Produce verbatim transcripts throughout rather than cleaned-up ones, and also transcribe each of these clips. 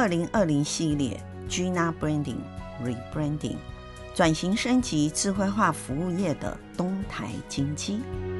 二零二零系列 Gina Branding Rebranding 转型升级智慧化服务业的东台金鸡。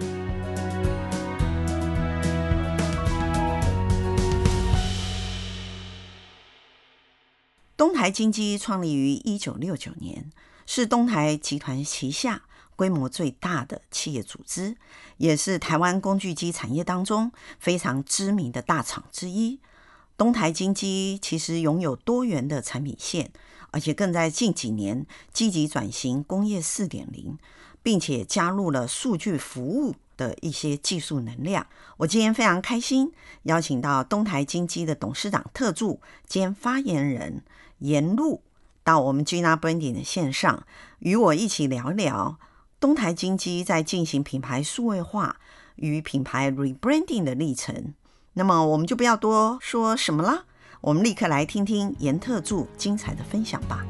东台金鸡创立于一九六九年，是东台集团旗下规模最大的企业组织，也是台湾工具机产业当中非常知名的大厂之一。东台金鸡其实拥有多元的产品线，而且更在近几年积极转型工业 四点零， 并且加入了数据服务的一些技术能量。我今天非常开心邀请到东台金鸡的董事长特助兼发言人颜璐到我们 Gina Branding 的线上，与我一起聊聊东台金鸡在进行品牌数位化与品牌 rebranding 的历程。那么我们就不要多说什么了，我们立刻来听听颜特助精彩的分享吧。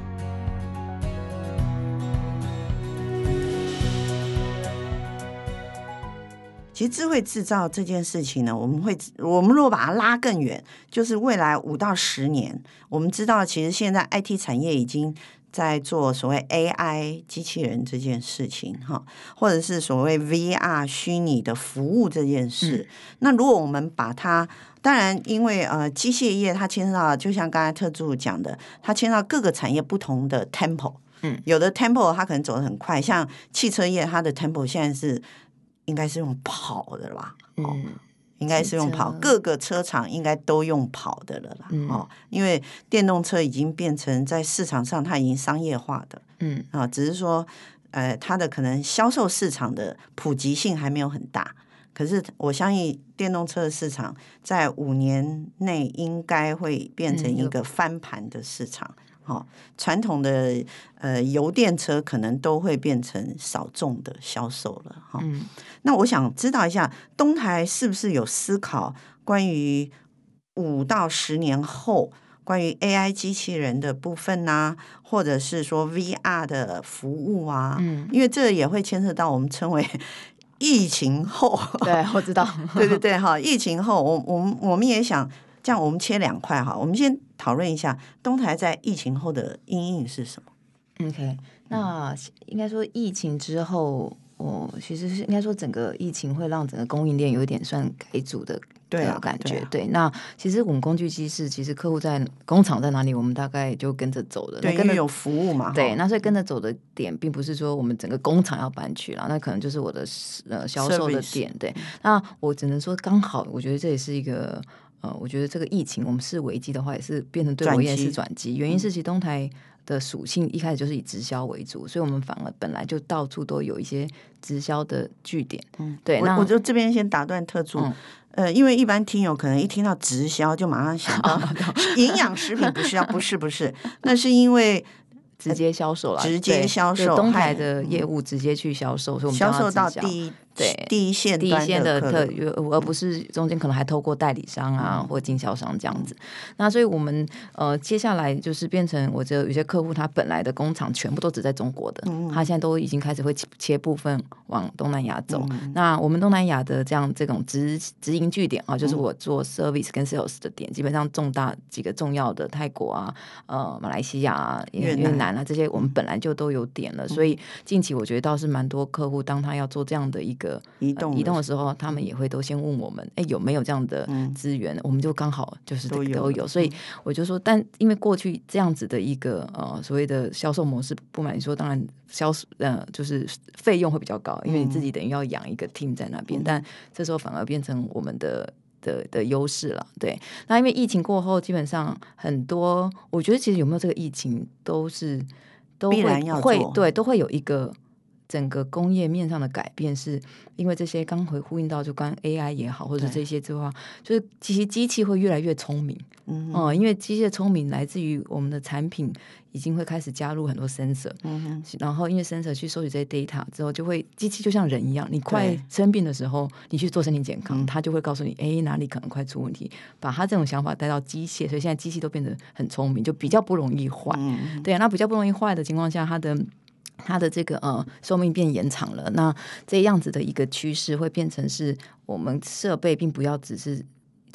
其实智慧制造这件事情呢，我们会我们如果把它拉更远，就是未来五到十年，我们知道其实现在 I T 产业已经在做所谓 A I 机器人这件事情，或者是所谓 V R 虚拟的服务这件事。嗯、那如果我们把它，当然因为呃机械业它牵涉到，就像刚才特助讲的，它牵涉到各个产业不同的 tempo。嗯，有的 tempo 它可能走得很快，像汽车业它的 tempo 现在是应该是用跑的吧？嗯。应该是用跑，各个车厂应该都用跑的了啦。嗯、哦，因为电动车已经变成在市场上它已经商业化的，嗯啊，只是说呃它的可能销售市场的普及性还没有很大。可是我相信电动车的市场在五年内应该会变成一个翻盘的市场。哦，传统的呃油电车可能都会变成少众的销售了哈。哦嗯、那我想知道一下，东台是不是有思考关于五到十年后关于 A I 机器人的部分啊，或者是说 V R 的服务啊？嗯，因为这也会牵涉到我们称为疫情后。 对，我知道。 对对对哈，疫情后，我我们我们也想。这样我们切两块哈，我们先讨论一下东台在疫情后的因应是什么。 OK， 那应该说疫情之后，我其实是应该说整个疫情会让整个供应链有一点算改组的对啊感觉。 对, 啊对，那其实我们工具机是其实客户在工厂在哪里，我们大概就跟着走的。 对，因为有服务嘛。 对，那所以跟着走的点并不是说我们整个工厂要搬去了，那可能就是我的呃销售的点。对，那我只能说刚好，我觉得这也是一个呃，我觉得这个疫情我们是危机的话，也是变成对我也是转机。原因是其实东台的属性一开始就是以直销为主，所以我们反而本来就到处都有一些直销的据点。嗯，对，那我就这边先打断特助。嗯呃，因为一般听友可能一听到直销就马上想到营养食品，不是啊，不是不是，那是因为直接销售啦， 直接销售， 东台的业务直接去销售，所以我们销售到第一对第一线第一线的客，而不是中间可能还透过代理商啊、嗯、或经销商这样子。那所以我们呃接下来就是变成，我觉得有些客户他本来的工厂全部都只在中国的，嗯、他现在都已经开始会切部分往东南亚走。嗯、那我们东南亚的这样这种直直营据点啊，就是我做 service 跟 sales 的点，基本上重大几个重要的泰国啊、呃马来西亚啊、越南啊这些，我们本来就都有点了。嗯、所以近期我觉得倒是蛮多客户，当他要做这样的一个移动、呃、 移动的时候，他们也会都先问我们，哎，有没有这样的资源？嗯、我们就刚好就是都有，都有。所以我就说，但因为过去这样子的一个呃所谓的销售模式，不瞒你说，当然销呃就是费用会比较高，因为你自己等于要养一个 team 在那边，嗯、但这时候反而变成我们的的的优势了。对，那因为疫情过后，基本上很多，我觉得其实有没有这个疫情，都是都会必然要会对都会有一个。整个工业面上的改变，是因为这些刚回呼应到，就刚 A I 也好，或者这些之后，就是其实机器会越来越聪明。嗯、呃，因为机器的聪明来自于我们的产品已经会开始加入很多 sensor，嗯、然后因为 sensor 去收取这些 data 之后，就会机器就像人一样，你快生病的时候，你去做身体健康，它就会告诉你，哎，哪里可能快出问题，把它这种想法带到机械，所以现在机器都变得很聪明，就比较不容易坏。嗯、对啊，那比较不容易坏的情况下，它的它的这个呃寿命变延长了，那这样子的一个趋势会变成是我们设备并不要只是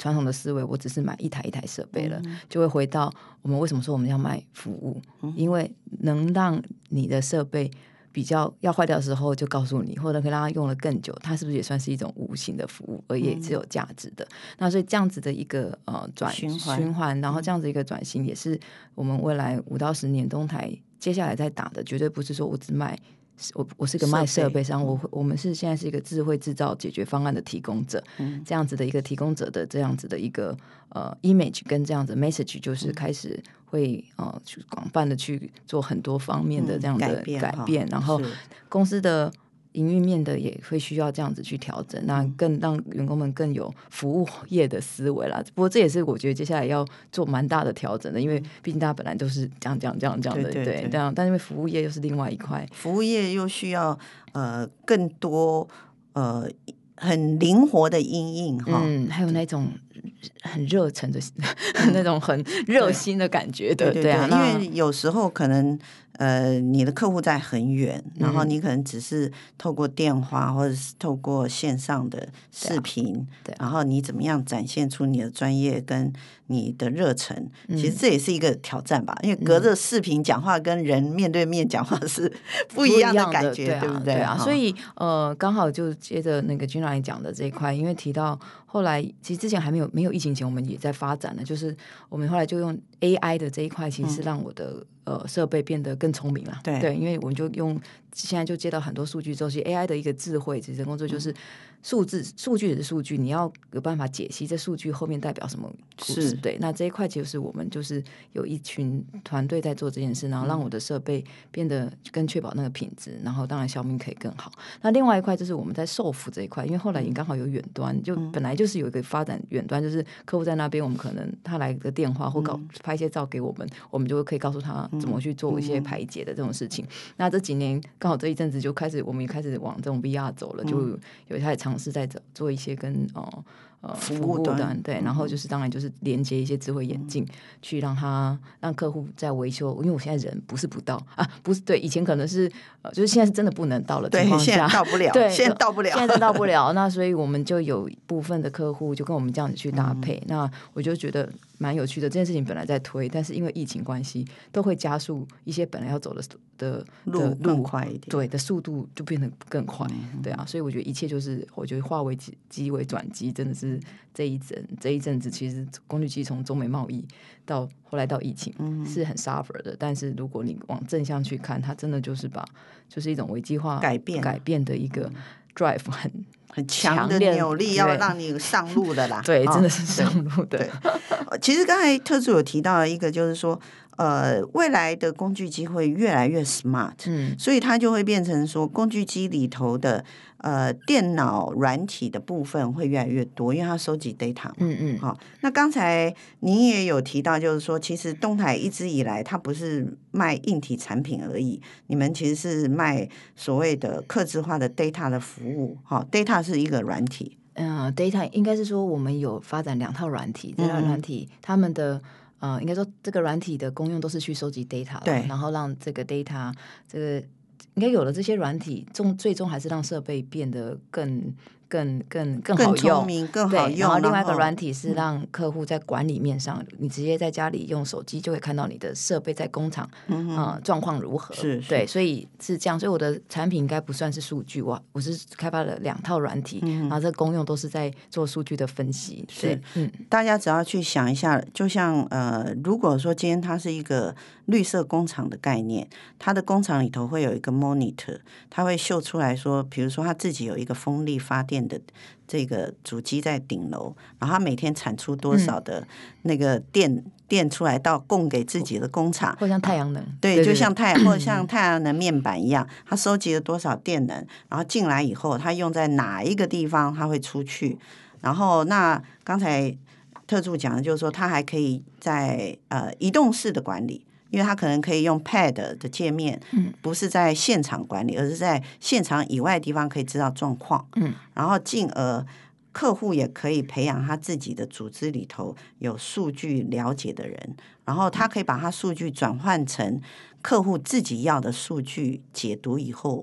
传统的思维，我只是买一台一台设备了，嗯、就会回到我们为什么说我们要卖服务，嗯、因为能让你的设备比较要坏掉的时候就告诉你，或者可以让它用了更久，它是不是也算是一种无形的服务，而也是有价值的、嗯、那所以这样子的一个呃转循环循环，然后这样子一个转型，也是我们未来五到十年东台接下来在打的，绝对不是说我只卖我我是个卖设备商，我我们是现在是一个智慧制造解决方案的提供者，嗯、这样子的一个提供者的这样子的一个呃 image 跟这样子 message， 就是开始会呃去广泛的去做很多方面的这样的改变，嗯、改变然后公司的营运面的也会需要这样子去调整，那更让员工们更有服务业的思维啦。不过这也是我觉得接下来要做蛮大的调整的，因为毕竟大家本来都是这样这样这样这样的，对对对，这样，但因为服务业又是另外一块， 服务业又需要呃更多呃很灵活的因应哈， 嗯，还有那种很热忱的那种很热心的感觉的， 对对 对, 对啊，因为有时候可能呃你的客户在很远，然后你可能只是透过电话或者是透过线上的视频， 对啊，对啊， 然后你怎么样展现出你的专业跟你的热忱，嗯、其实这也是一个挑战吧，因为隔着视频讲话跟人面对面讲话是不一样的感觉， 对, 啊、 对不对？ 对啊，所以呃刚好就接着那个君兰讲的这一块，因为提到后来其实之前还没有没有疫情前我们也在发展的，就是我们后来就用 A I 的这一块，其实是让我的、嗯、呃设备变得更聪明了， 对对，因为我们就用现在就接到很多数据之后，其实 A I 的一个智慧，其实人工智慧就是数字、嗯、数据也是数据，你要有办法解析这数据后面代表什么故事，对，那这一块就是我们就是有一群团队在做这件事，然后让我的设备变得更确保那个品质，然后当然消命可以更好。那另外一块就是我们在售服这一块，因为后来也刚好有远端，就本来就是有一个发展远端，就是客户在那边，我们可能他来个电话或搞拍一些照给我们，我们就可以告诉他怎么去做一些排解的这种事情。那这几年刚好这一阵子就开始，我们也开始往这种 V R 走了，就有开始尝试在做一些跟呃呃服务端， 对，然后就是当然就是连接一些智慧眼镜，嗯、去让他让客户在维修，因为我现在人不是不到啊，不是对，以前可能是呃，就是现在是真的不能到了情况下， 对，现在到不了， 对， 现在到不了， 现在到不了，那所以我们就有部分的客户就跟我们这样子去搭配，嗯、那我就觉得蛮有趣的。这件事情本来在推，但是因为疫情关系，都会加速一些本来要走的的路更快一点， 对的速度就变得更快，嗯、对啊，所以我觉得一切就是我觉得化危机为转机，真的是这一阵这一阵子，其实工具机从中美贸易到后来到疫情，嗯、是很 suffer 的。但是如果你往正向去看，它真的就是把就是一种危机化改变改变的一个 drive 很。 很强的扭力要让你上路的啦， 对，真的是上路的。 对，其实刚才特助有提到一个，就是说，呃，未来的工具机会越来越 smart，嗯，所以它就会变成说，工具机里头的呃电脑软体的部分会越来越多，因为它收集 data 嘛，嗯嗯。好，那刚才您也有提到，就是说，其实东台一直以来它不是卖硬体产品而已，你们其实是卖所谓的客制化的 data 的服务，好 ，data 是一个软体， 嗯、呃、，data 应该是说我们有发展两套软体，这套软体他们的呃，应该说这个软体的功用都是去收集 data， 对， 然后让这个 data 这个应该有了这些软体，终最终还是让设备变得更。更更更好用， 更聪明，更好用。 然后另外一个软体是让客户在管理面上，嗯、你直接在家里用手机就会看到你的设备在工厂嗯、呃、状况如何。 是，是， 对，所以是这样。所以我的产品应该不算是数据，我我是开发了两套软体，嗯、然后这功用都是在做数据的分析。 是，嗯，大家只要去想一下，就像呃，如果说今天它是一个绿色工厂的概念，它的工厂里头会有一个 monitor， 它会秀出来说，比如说它自己有一个风力发电的这个主机在顶楼，然后它每天产出多少的那个电、嗯、电出来到供给自己的工厂， 或像太阳能， 对，对对对，就像太或者像太阳能面板一样，它收集了多少电能，然后进来以后，它用在哪一个地方，它会出去。然后那刚才特助讲的就是说，它还可以在呃移动式的管理。因为它可能可以用 pad 的界面，不是在现场管理，而是在现场以外的地方可以知道状况，嗯，然后进而客户也可以培养他自己的组织里头有数据了解的人，然后他可以把他数据转换成客户自己要的数据，解读以后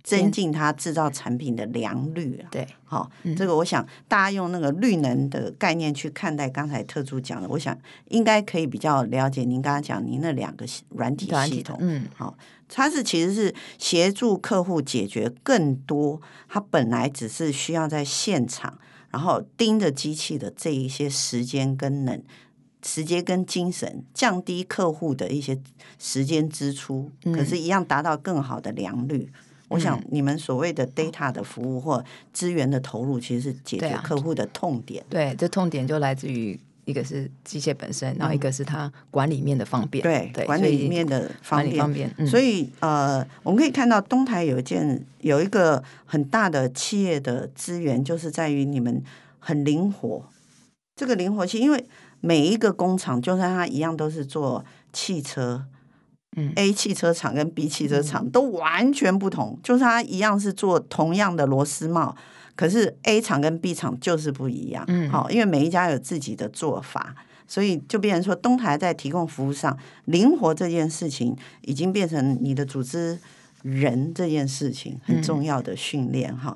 增进它制造产品的良率啊。 对， 好、哦嗯，这个我想大家用那个绿能的概念去看待刚才特助讲的，我想应该可以比较了解您刚刚讲您那两个软体系统。 嗯， 好、哦，它是其实是协助客户解决更多他本来只是需要在现场然后盯着机器的这一些时间跟能时间跟精神，降低客户的一些时间支出，嗯、可是一样达到更好的良率。我想你们所谓的 data 的服务或资源的投入，其实是解决客户的痛点。 对、啊，对，这痛点就来自于一个是机械本身，然后一个是它管理面的方便。 对， 对管理面的方便。 方便嗯、 所以呃，我们可以看到东台有一件有一个很大的企业的资源，就是在于你们很灵活。这个灵活性，因为每一个工厂，就算它一样都是做汽车，嗯 ，A 汽车厂跟 B 汽车厂都完全不同，就是它一样是做同样的螺丝帽，可是 A 厂跟 B 厂就是不一样，嗯，好，因为每一家有自己的做法，所以就变成说东台在提供服务上灵活这件事情，已经变成你的组织人这件事情很重要的训练哈。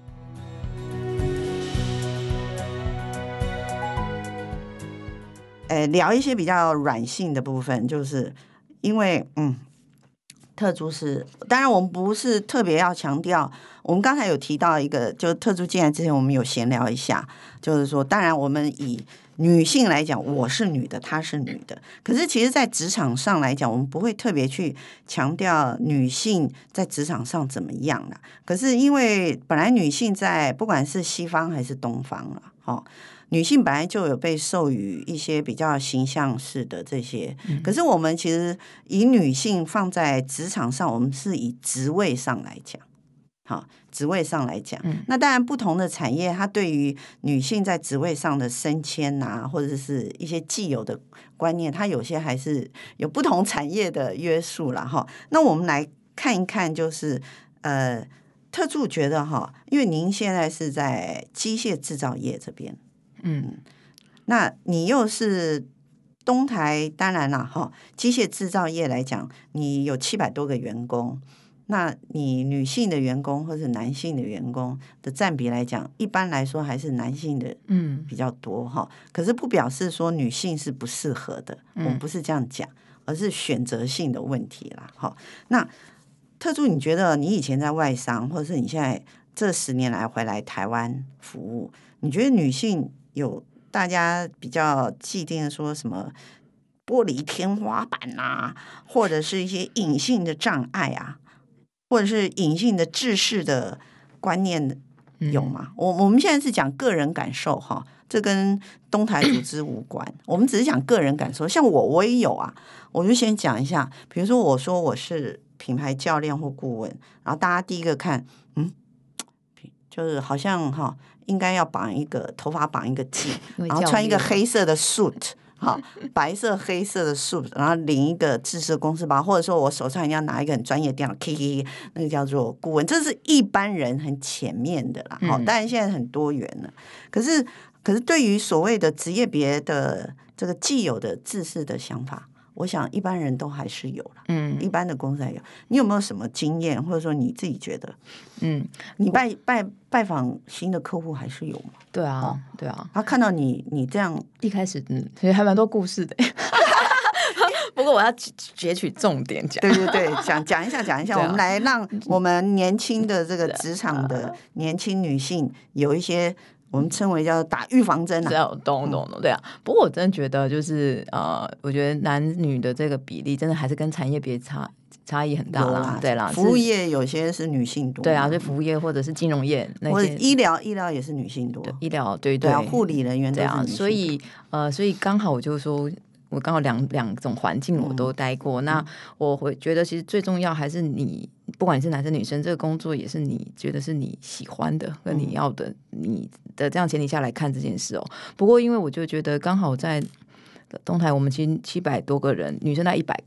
呃，聊一些比较软性的部分，就是因为嗯，特助是，当然我们不是特别要强调，我们刚才有提到一个，就特助进来之前，我们有闲聊一下，就是说，当然我们以女性来讲，我是女的，她是女的，可是其实在职场上来讲，我们不会特别去强调女性在职场上怎么样啦。可是因为本来女性在不管是西方还是东方啦，哦。女性本来就有被授予一些比较形象式的这些，可是我们其实以女性放在职场上，我们是以职位上来讲，好，职位上来讲，那当然不同的产业，它对于女性在职位上的升迁啊，或者是一些既有的观念，它有些还是有不同产业的约束啦哈。那我们来看一看，就是呃，特助觉得哈，因为您现在是在机械制造业这边。嗯，那你又是东台，当然啦哈，机械制造业来讲，你有七百多个员工，那你女性的员工或是男性的员工的占比来讲，一般来说还是男性的嗯比较多哈、嗯。可是不表示说女性是不适合的，我们不是这样讲，而是选择性的问题啦。哈，那特助，你觉得你以前在外商，或者是你现在这十年来回来台湾服务，你觉得女性有大家比较既定的说什么玻璃天花板啊，或者是一些隐性的障碍啊，或者是隐性的制式的观念有吗？嗯、我我们现在是讲个人感受哈，这跟东台组织无关，我们只是讲个人感受。像我我也有啊，我就先讲一下，比如说我说我是品牌教练或顾问，然后大家第一个看，嗯，就是好像哈。应该要绑一个头发绑一个髻，然后穿一个黑色的 suit， 好，白色黑色的 suit， 然后领一个制式公司包，或者说我手上一定要拿一个很专业的电脑 ，K K， 那个叫做顾问，这是一般人很前面的啦。好，当然现在很多元了，可是可是对于所谓的职业别的这个既有的制式的想法。我想一般人都还是有了，嗯，一般的公司还有。你有没有什么经验，或者说你自己觉得，嗯，你拜拜拜访新的客户还是有吗？ 对啊，哦、对啊， 他看到你你这样一开始，嗯，其实还蛮多故事的。不过我要截取重点讲， 对对对，讲讲一下讲一下，我们来让我们年轻的这个职场的年轻女性有一些。我们称为叫打预防针啊， 懂懂懂，对啊。不过我真的觉得，就是呃，我觉得男女的这个比例，真的还是跟产业别差差异很大啦，对啦。 服务业有些是女性多， 对啊，就服务业或者是金融业那些， 或者医疗医疗也是女性多， 医疗对对啊，护理人员都是女性多， 所以呃，所以刚好我就说。我刚好两两种环境我都待过，嗯、那我会觉得其实最重要还是你，不管你是男生女生，这个工作也是你觉得是你喜欢的，跟你要的，你的这样前提下来看这件事哦。不过因为我就觉得刚好在东台，我们其实七百多个人，女生大概一百个啦。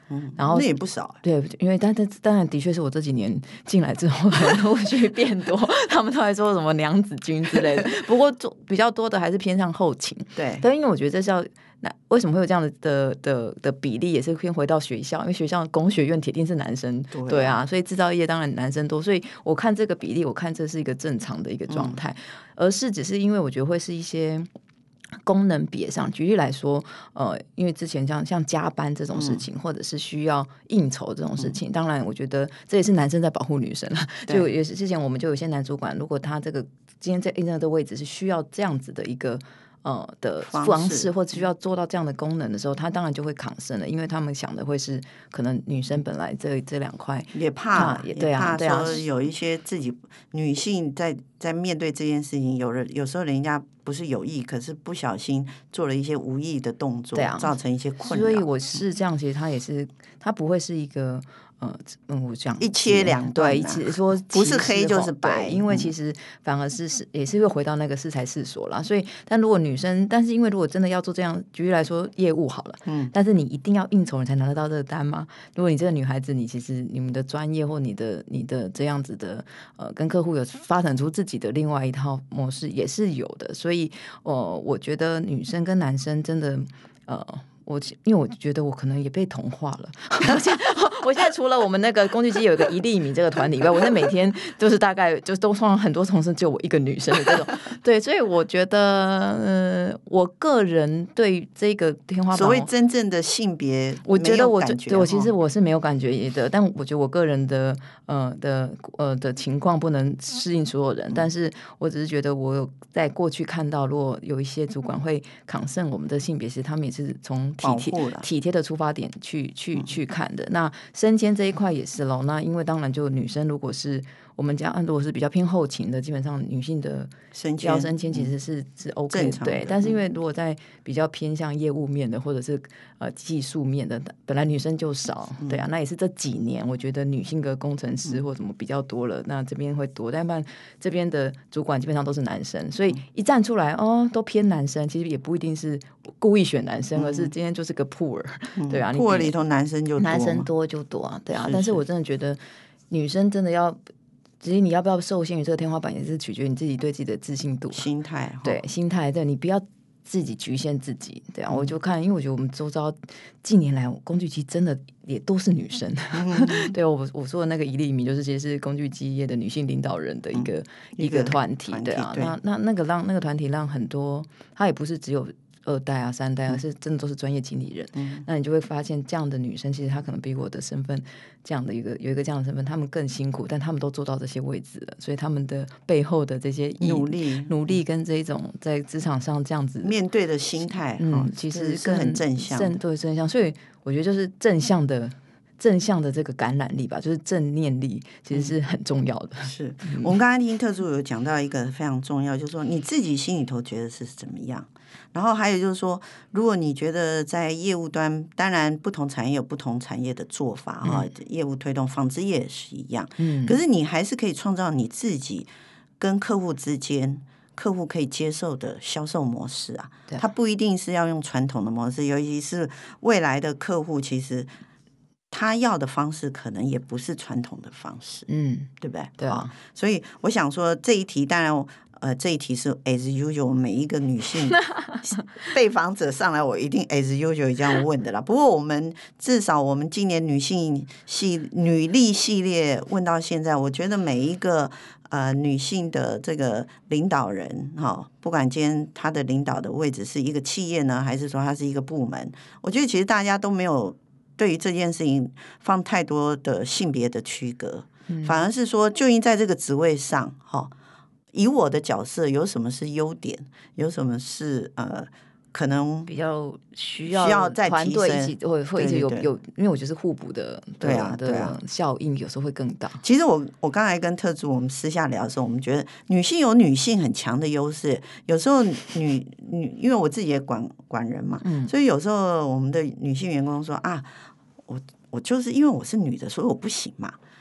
嗯， 然后那也不少、欸。 对，因为但但当然的确是我这几年进来之后陆续变多，他们都还说什么娘子军之类的。不过比较多的还是偏向后勤。 对， 但因为我觉得这是要。那为什么会有这样的的的的比例，也是偏回到学校，因为学校工学院铁定是男生，对 啊, 对啊，所以制造业当然男生多，所以我看这个比例，我看这是一个正常的一个状态，嗯、而是只是因为我觉得会是一些功能别上，举例来说，呃，因为之前像像加班这种事情，嗯、或者是需要应酬这种事情，嗯、当然我觉得这也是男生在保护女生啦。就也是之前我们就有些男主管，如果他这个今天在应征的位置是需要这样子的一个。呃的方式或者需要做到这样的功能的时候，他当然就会抗胜了，因为他们想的会是可能女生本来这这两块也怕， 也对啊， 也怕说有一些自己女性在在面对这件事情，有人有时候人家不是有意，可是不小心做了一些无意的动作，啊、造成一些困扰。 所以我是这样，其实他也是，他不会是一个。呃，嗯，我讲一切两断、啊， 对，说不是黑就是白， 因为其实反而是是也是会回到那个适才适所啦。所以，但如果女生，但是因为如果真的要做这样，举例来说，业务好了，嗯，但是你一定要应酬你才拿得到这个单吗？如果你这个女孩子，你其实你们的专业或你的你的这样子的呃，跟客户有发展出自己的另外一套模式，也是有的。所以，呃，我觉得女生跟男生真的，呃。我因为我觉得我可能也被同化了，我现在我现在除了我们那个工具机有一个一粒米这个团体以外，我现在每天就是大概就都通常很多同事就我一个女生的这种，对，所以我觉得，呃，我个人对这个天花板， 所谓真正的性别， 我觉得我对我其实我是没有感觉的，但我觉得我个人的呃的呃的情况不能适应所有人，但是我只是觉得我有在过去看到，如果有一些主管会抗胜我们的性别，其实他们也是从体贴体贴的出发点去去去看的。那升迁这一块也是咯，那因为当然就女生如果是我们家如果是比较偏后勤的，基本上女性的要升迁其实是、嗯、是 OK 的，对。但是因为如果在比较偏向业务面的或者是呃技术面的，本来女生就少，对啊，那也是这几年我觉得女性的工程师或什么比较多了，那这边会多，但不然这边的主管基本上都是男生，所以一站出来哦都偏男生，其实也不一定是故意选男生，而是今天就是个 pool，、嗯、对啊 pool 里头男生就多男生多就多啊，对啊。是是但是我真的觉得女生真的要。其实你要不要受限于这个天花板，也是取决于你自己对自己的自信度、 心态。 对心态，对你不要自己局限自己。对啊，嗯、我就看，因为我觉得我们周遭近年来工具机真的也都是女生。嗯、对我我说的那个一粒米，就是其实是工具机业的女性领导人的一个、嗯、一个团体。对啊，对那那那个让那个团体让很多，他也不是只有。二代啊三代啊，是真的都是专业经理人、嗯、那你就会发现这样的女生其实她可能比我的身份这样的一个有一个这样的身份她们更辛苦，但她们都做到这些位置了，所以她们的背后的这些努力努力跟这种在职场上这样子面对的心态嗯，其实更很正向正对正向，所以我觉得就是正向的正向的这个感染力吧，就是正念力其实是很重要的、 嗯、是、嗯、我们刚才听特助有讲到一个非常重要，就是说你自己心里头觉得是怎么样，然后还有就是说，如果你觉得在业务端，当然不同产业有不同产业的做法哈、嗯，业务推动，纺织业也是一样。嗯，可是你还是可以创造你自己跟客户之间，客户可以接受的销售模式啊。它不一定是要用传统的模式，尤其是未来的客户，其实他要的方式可能也不是传统的方式，嗯，对不对？ 对啊。 所以我想说这一题，当然。呃，这一题是 as usual， 每一个女性被访者上来，我一定 as usual 这样问的啦。不过我们至少我们今年女性系女力系列问到现在，我觉得每一个呃女性的这个领导人哈、哦，不管今天她的领导的位置是一个企业呢，还是说她是一个部门，我觉得其实大家都没有对于这件事情放太多的性别的区隔，嗯、反而是说就应在这个职位上哈。哦以我的角色有什么是优点，有什么是呃可能比较需要需要再团队一起会会一直有对对对有，因为我觉得是互补的， 对啊对啊的效应有时候会更大。 其实我我刚才跟特助我们私下聊的时候，我们觉得女性有女性很强的优势，有时候女女因为我自己也管管人嘛、嗯，所以有时候我们的女性员工说啊，我我就是因为我是女的，所以我不行嘛。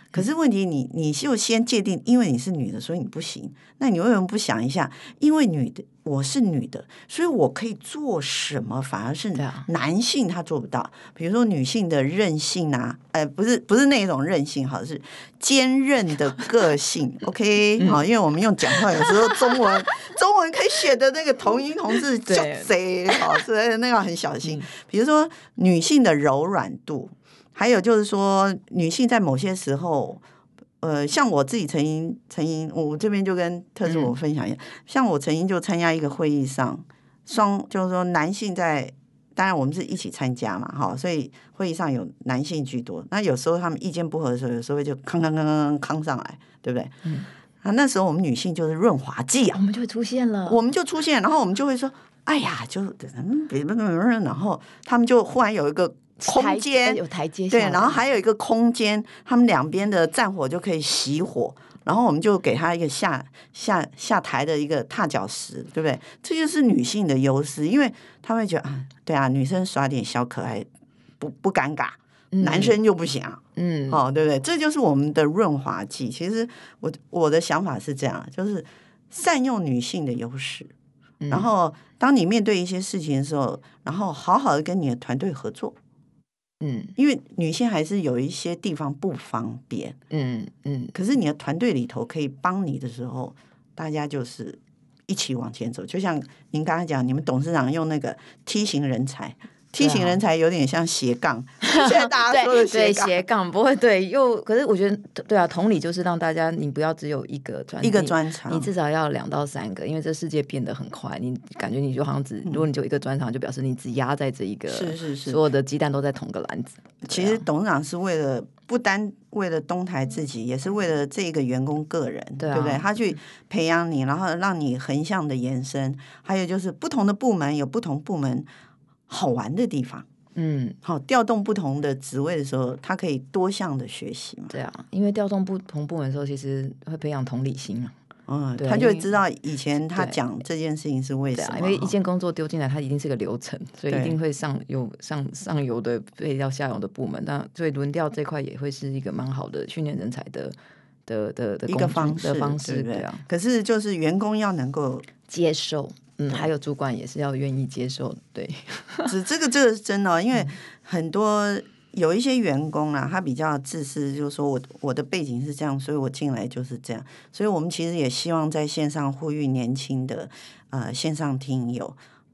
可是问题你你就先界定，因为你是女的，所以你不行。那你为什么不想一下？因为女的我是女的，所以我可以做什么，反而是男性他做不到。比如说女性的韧性啊，呃，不是不是那种韧性，好是坚韧的个性。OK， 好，因为我们用讲话有时候中文中文可以写的那个同音同字就贼好，所以那个很小心。比如说女性的柔软度。还有就是说，女性在某些时候，呃，像我自己曾经曾经，我这边就跟特助我分享一下，嗯、像我曾经就参加一个会议上，双就是说男性在，当然我们是一起参加嘛，哈，所以会议上有男性居多。那有时候他们意见不合的时候，有时候就康康康康康上来，对不对？嗯。啊，那时候我们女性就是润滑剂啊， 我们就会出现了， 我们就出现，然后我们就会说，哎呀，就嗯，然后他们就忽然有一个。空间有台阶下， 对，然后还有一个空间，他们两边的战火就可以熄火，然后我们就给他一个下下下台的一个踏脚石，对不对？这就是女性的优势，因为他会觉得啊，对啊，女生耍点小可爱不不尴尬，嗯、男生就不行，嗯，哦，对不对？这就是我们的润滑剂。其实我我的想法是这样，就是善用女性的优势，嗯、然后当你面对一些事情的时候，然后好好的跟你的团队合作。嗯，因为女性还是有一些地方不方便，嗯嗯，可是你的团队里头可以帮你的时候，大家就是一起往前走。就像您刚才讲，你们董事长用那个梯形人才。梯形人才有点像斜杠，现在大家说的斜杠， 对斜杠不会对，又可是我觉得对啊，同理就是让大家你不要只有一个专一个专长， 你至少要两到三个，因为这世界变得很快，你感觉你就好像只、嗯、如果你就一个专长，就表示你只压在这一个， 是是是， 所有的鸡蛋都在同个篮子。 其实董事长是为了不单为了东台自己，也是为了这个员工个人，对、啊、对不对？他去培养你，然后让你横向的延伸，还有就是不同的部门有不同部门好玩的地方，嗯，好，调动不同的职位的时候，他可以多项的学习嘛。 对啊，因为调动不同部门的时候，其实会培养同理心嘛。 嗯，他就会知道以前他讲这件事情是为什么。 啊、因为一件工作丢进来，它一定是个流程，所以一定会上有上上游的配到下游的部门，那所以轮调这块也会是一个蛮好的训练人才的的的的一个方式的方式， 对不对？ 对啊。 可是就是员工要能够接受。嗯，还有主管也是要愿意接受，对， 这这个这个是真的、哦，因为很多有一些员工啊，他比较自私，就是说我我的背景是这样，所以我进来就是这样，所以我们其实也希望在线上呼吁年轻的呃线上听友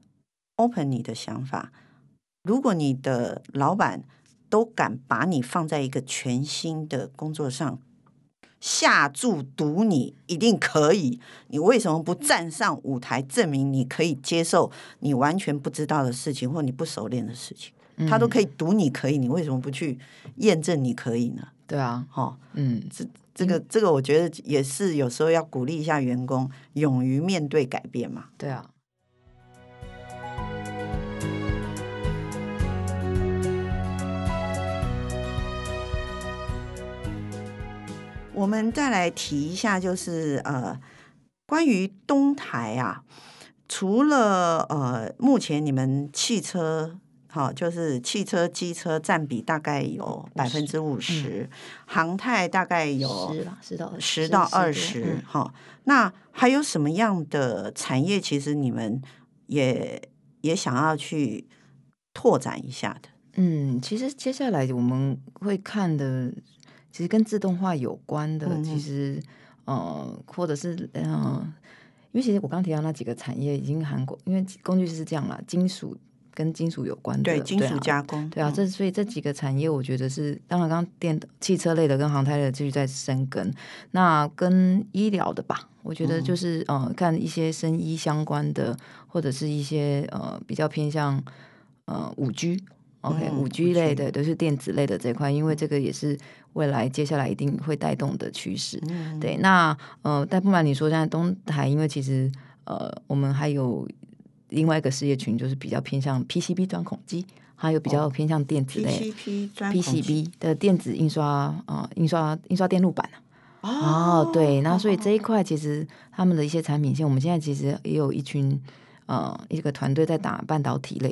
open 你的想法，如果你的老板都敢把你放在一个全新的工作上。下注赌你一定可以，你为什么不站上舞台证明你可以接受你完全不知道的事情或你不熟练的事情？嗯、他都可以赌你可以，你为什么不去验证你可以呢？ 对啊， 哦，嗯，这这个这个，我觉得也是有时候要鼓励一下员工，勇于面对改变嘛。 对啊。 我们再来提一下，就是呃，关于东台啊，除了呃，目前你们汽车好、哦，就是汽车、机车占比大概有百分之五十，航太大概有十到十到二十，哈。那还有什么样的产业，其实你们也也想要去拓展一下的？ 嗯，其实接下来我们会看的。其实跟自动化有关的，嗯、其实呃，或者是呃，因为其实我刚提到那几个产业已经含过，因为工具是这样啦，金属跟金属有关的， 对金属加工， 对啊，对啊嗯、这所以这几个产业，我觉得是当然，刚刚电汽车类的跟航太类的继续在深耕，那跟医疗的吧，我觉得就是、嗯、呃，看一些生医相关的，或者是一些呃比较偏向呃五 G。OK， 五 G 类的都、就是电子类的这块，因为这个也是未来接下来一定会带动的趋势。嗯、对，那呃，但不瞒你说，现在东台因为其实呃，我们还有另外一个事业群，就是比较偏向 P C B 钻孔机，还有比较偏向电子类、哦、 P C B 钻 P C B 的电子印刷啊、呃，印刷印刷电路板。哦，哦对，那所以这一块其实他们的一些产品线，我们现在其实也有一群呃一个团队在打半导体类的。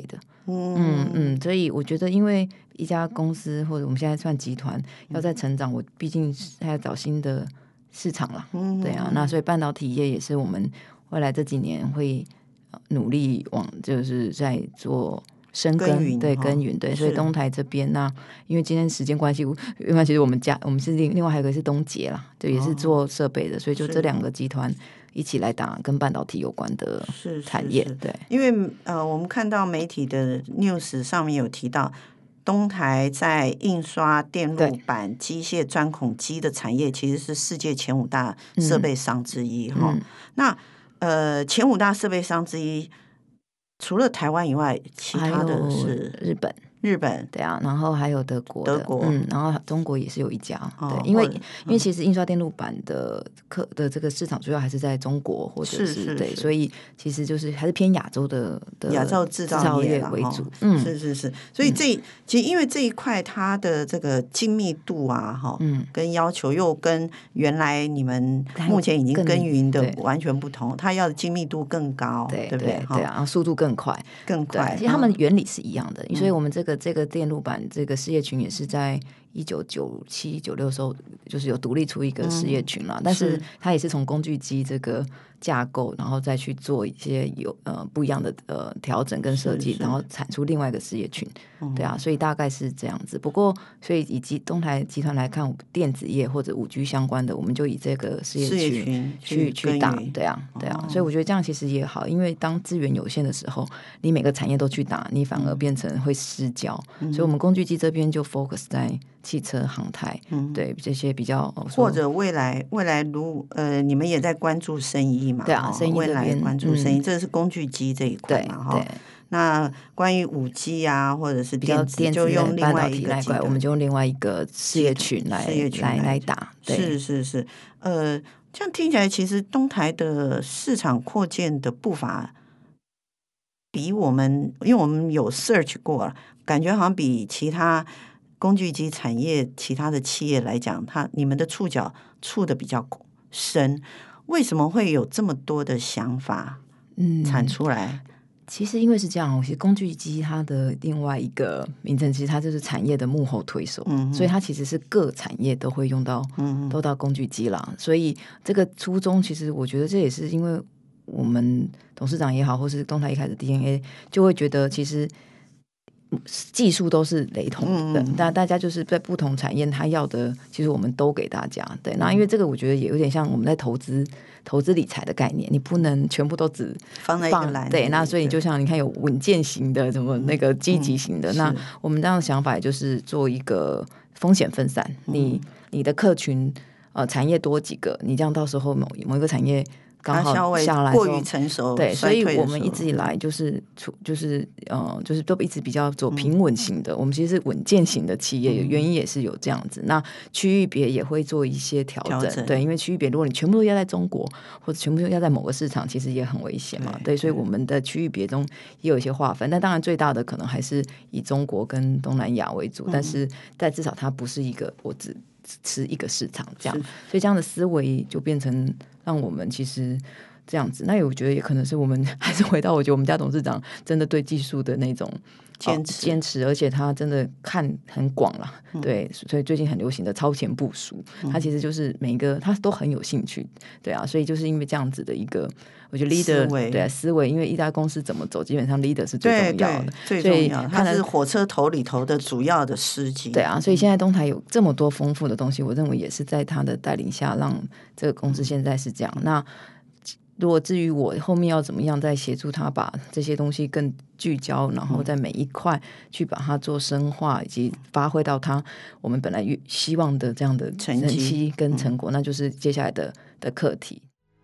嗯嗯，所以我觉得，因为一家公司或者我们现在算集团要在成长，我毕竟还要找新的市场啦。嗯，对啊，那所以半导体业也是我们未来这几年会努力往就是在做深耕， 耕对耕耘，对，所以东台这边那因为今天时间关系，因为其实我们家我们是另另外还有一个是东杰啦，对，也是做设备的，所以就这两个集团一起来打跟半导体有关的产业。 是是是对， 因为呃，我们看到媒体的 news 上面有提到，东台在印刷电路板、机械钻孔机的产业其实是世界前五大设备商之一哈、嗯。那呃，前五大设备商之一，除了台湾以外，其他的是日本。 日本对啊，然后还有德国的， 德国， 嗯，然后中国也是有一家，哦、对，因为、嗯、因为其实印刷电路板的客的这个市场主要还是在中国或者是, 是, 是对，所以其实就是还是偏亚洲的的亚洲制造业为主， 嗯，是是是，所以这、嗯、其实因为这一块它的这个精密度啊，哈，嗯，跟要求又跟原来你们目前已经耕耘的完全不同，它要的精密度更高， 对对不对？ 对啊，然后速度更快， 更快， 其实他们原理是一样的，嗯、所以我们这个这个电路板这个事业群也是在一九九七九六时候就是有独立出一个事业群啦、嗯、但是它也是从工具机这个架构然后再去做一些有呃不一样的呃调整跟设计，然后产出另外一个事业群、嗯、对啊，所以大概是这样子。不过所以以及东台集团来看，电子业或者 五 G 相关的，我们就以这个事业群去去打，对啊对啊、哦、所以我觉得这样其实也好，因为当资源有限的时候，你每个产业都去打，你反而变成会失焦、嗯、所以我们工具机这边就 focus 在汽车航太、嗯、对这些比较， 或者未来未来如呃你们也在关注生意嘛， 对啊，生意未来关注生意、嗯、这是工具机这一块嘛，哈。那关于 五 G 啊或者是电子， 电子就用另外一个集团， 我们就用另外一个事业群来事业群来来打，对， 是是是，呃，这样听起来其实东台的市场扩建的步伐比我们，因为我们有 search 过了，感觉好像比其他工具机产业其他的企业来讲，它你们的触角触的比较深，为什么会有这么多的想法产出来？ 嗯，其实因为是这样，其实工具机它的另外一个名称，其实它就是产业的幕后推手，嗯，所以它其实是各产业都会用到，嗯，都到工具机啦。所以这个初衷，其实我觉得这也是因为我们董事长也好，或是东台一开始 D N A 就会觉得，其实技术都是雷同的，但、嗯、大家就是在不同产业，他要的其实我们都给大家。对，那因为这个我觉得也有点像我们在投资投资理财的概念，你不能全部都只放在一个篮子里。 对，那所以你就像你看有稳健型的，什么那个积极型的，嗯、那我们这样的想法也就是做一个风险分散，嗯、你你的客群呃产业多几个，你这样到时候某某一个产业。刚好下来过于成熟， 对，所以我们一直以来就是就是呃，就是都一直比较走平稳型的。嗯、我们其实是稳健型的企业，嗯、原因也是有这样子。那区域别也会做一些调整，调整对，因为区域别如果你全部都压在中国，或者全部都压在某个市场，其实也很危险嘛。对，对，所以我们的区域别中也有一些划分。但当然最大的可能还是以中国跟东南亚为主，嗯、但是但至少它不是一个我只吃一个市场这样，所以这样的思维就变成。让我们其实这样子，那我觉得也可能是我们还是回到，我觉得我们家董事长真的对技术的那种坚持、 哦、坚持，而且他真的看很广啦、嗯、对，所以最近很流行的超前部署，嗯、他其实就是每一个他都很有兴趣，对啊，所以就是因为这样子的一个，我觉得 leader 思维对、啊、思维，因为一家公司怎么走，基本上 leader 是最重要的， 对对最重要，他是火车头里头的主要的司机， 对啊，所以现在东台有这么多丰富的东西，我认为也是在他的带领下，让这个公司现在是这样。那如果至于我后面要怎么样再协助他把这些东西更聚焦，然后在每一块去把它做深化，以及发挥到他我们本来希望的这样的成绩跟成果，嗯、那就是接下来的的课题。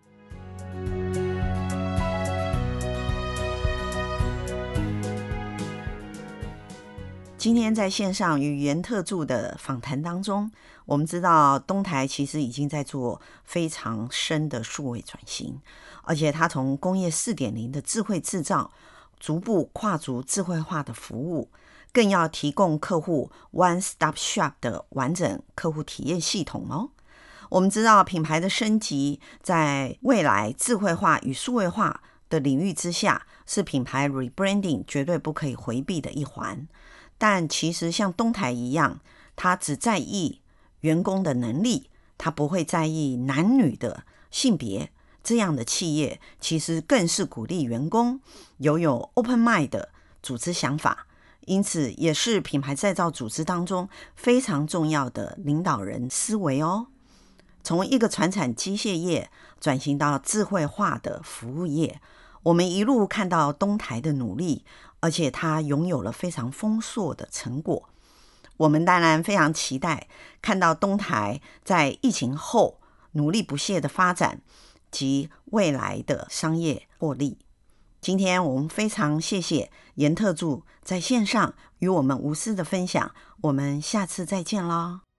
今天在线上与袁特助的访谈当中，我们知道东台其实已经在做非常深的数位转型，而且它从工业 四点零 的智慧制造逐步跨足智慧化的服务，更要提供客户 One Stop Shop 的完整客户体验系统哦。我们知道品牌的升级在未来智慧化与数位化的领域之下，是品牌 rebranding 绝对不可以回避的一环。但其实像东台一样，它只在意员工的能力，它不会在意男女的性别，这样的企业其实更是鼓励员工拥有 open mind 的组织想法，因此也是品牌再造组织当中非常重要的领导人思维哦。从一个传产机械业转型到智慧化的服务业，我们一路看到东台的努力，而且它拥有了非常丰硕的成果。我们当然非常期待看到东台在疫情后努力不懈的发展及未来的商业获利。今天我们非常谢谢严特助在线上与我们无私的分享，我们下次再见咯。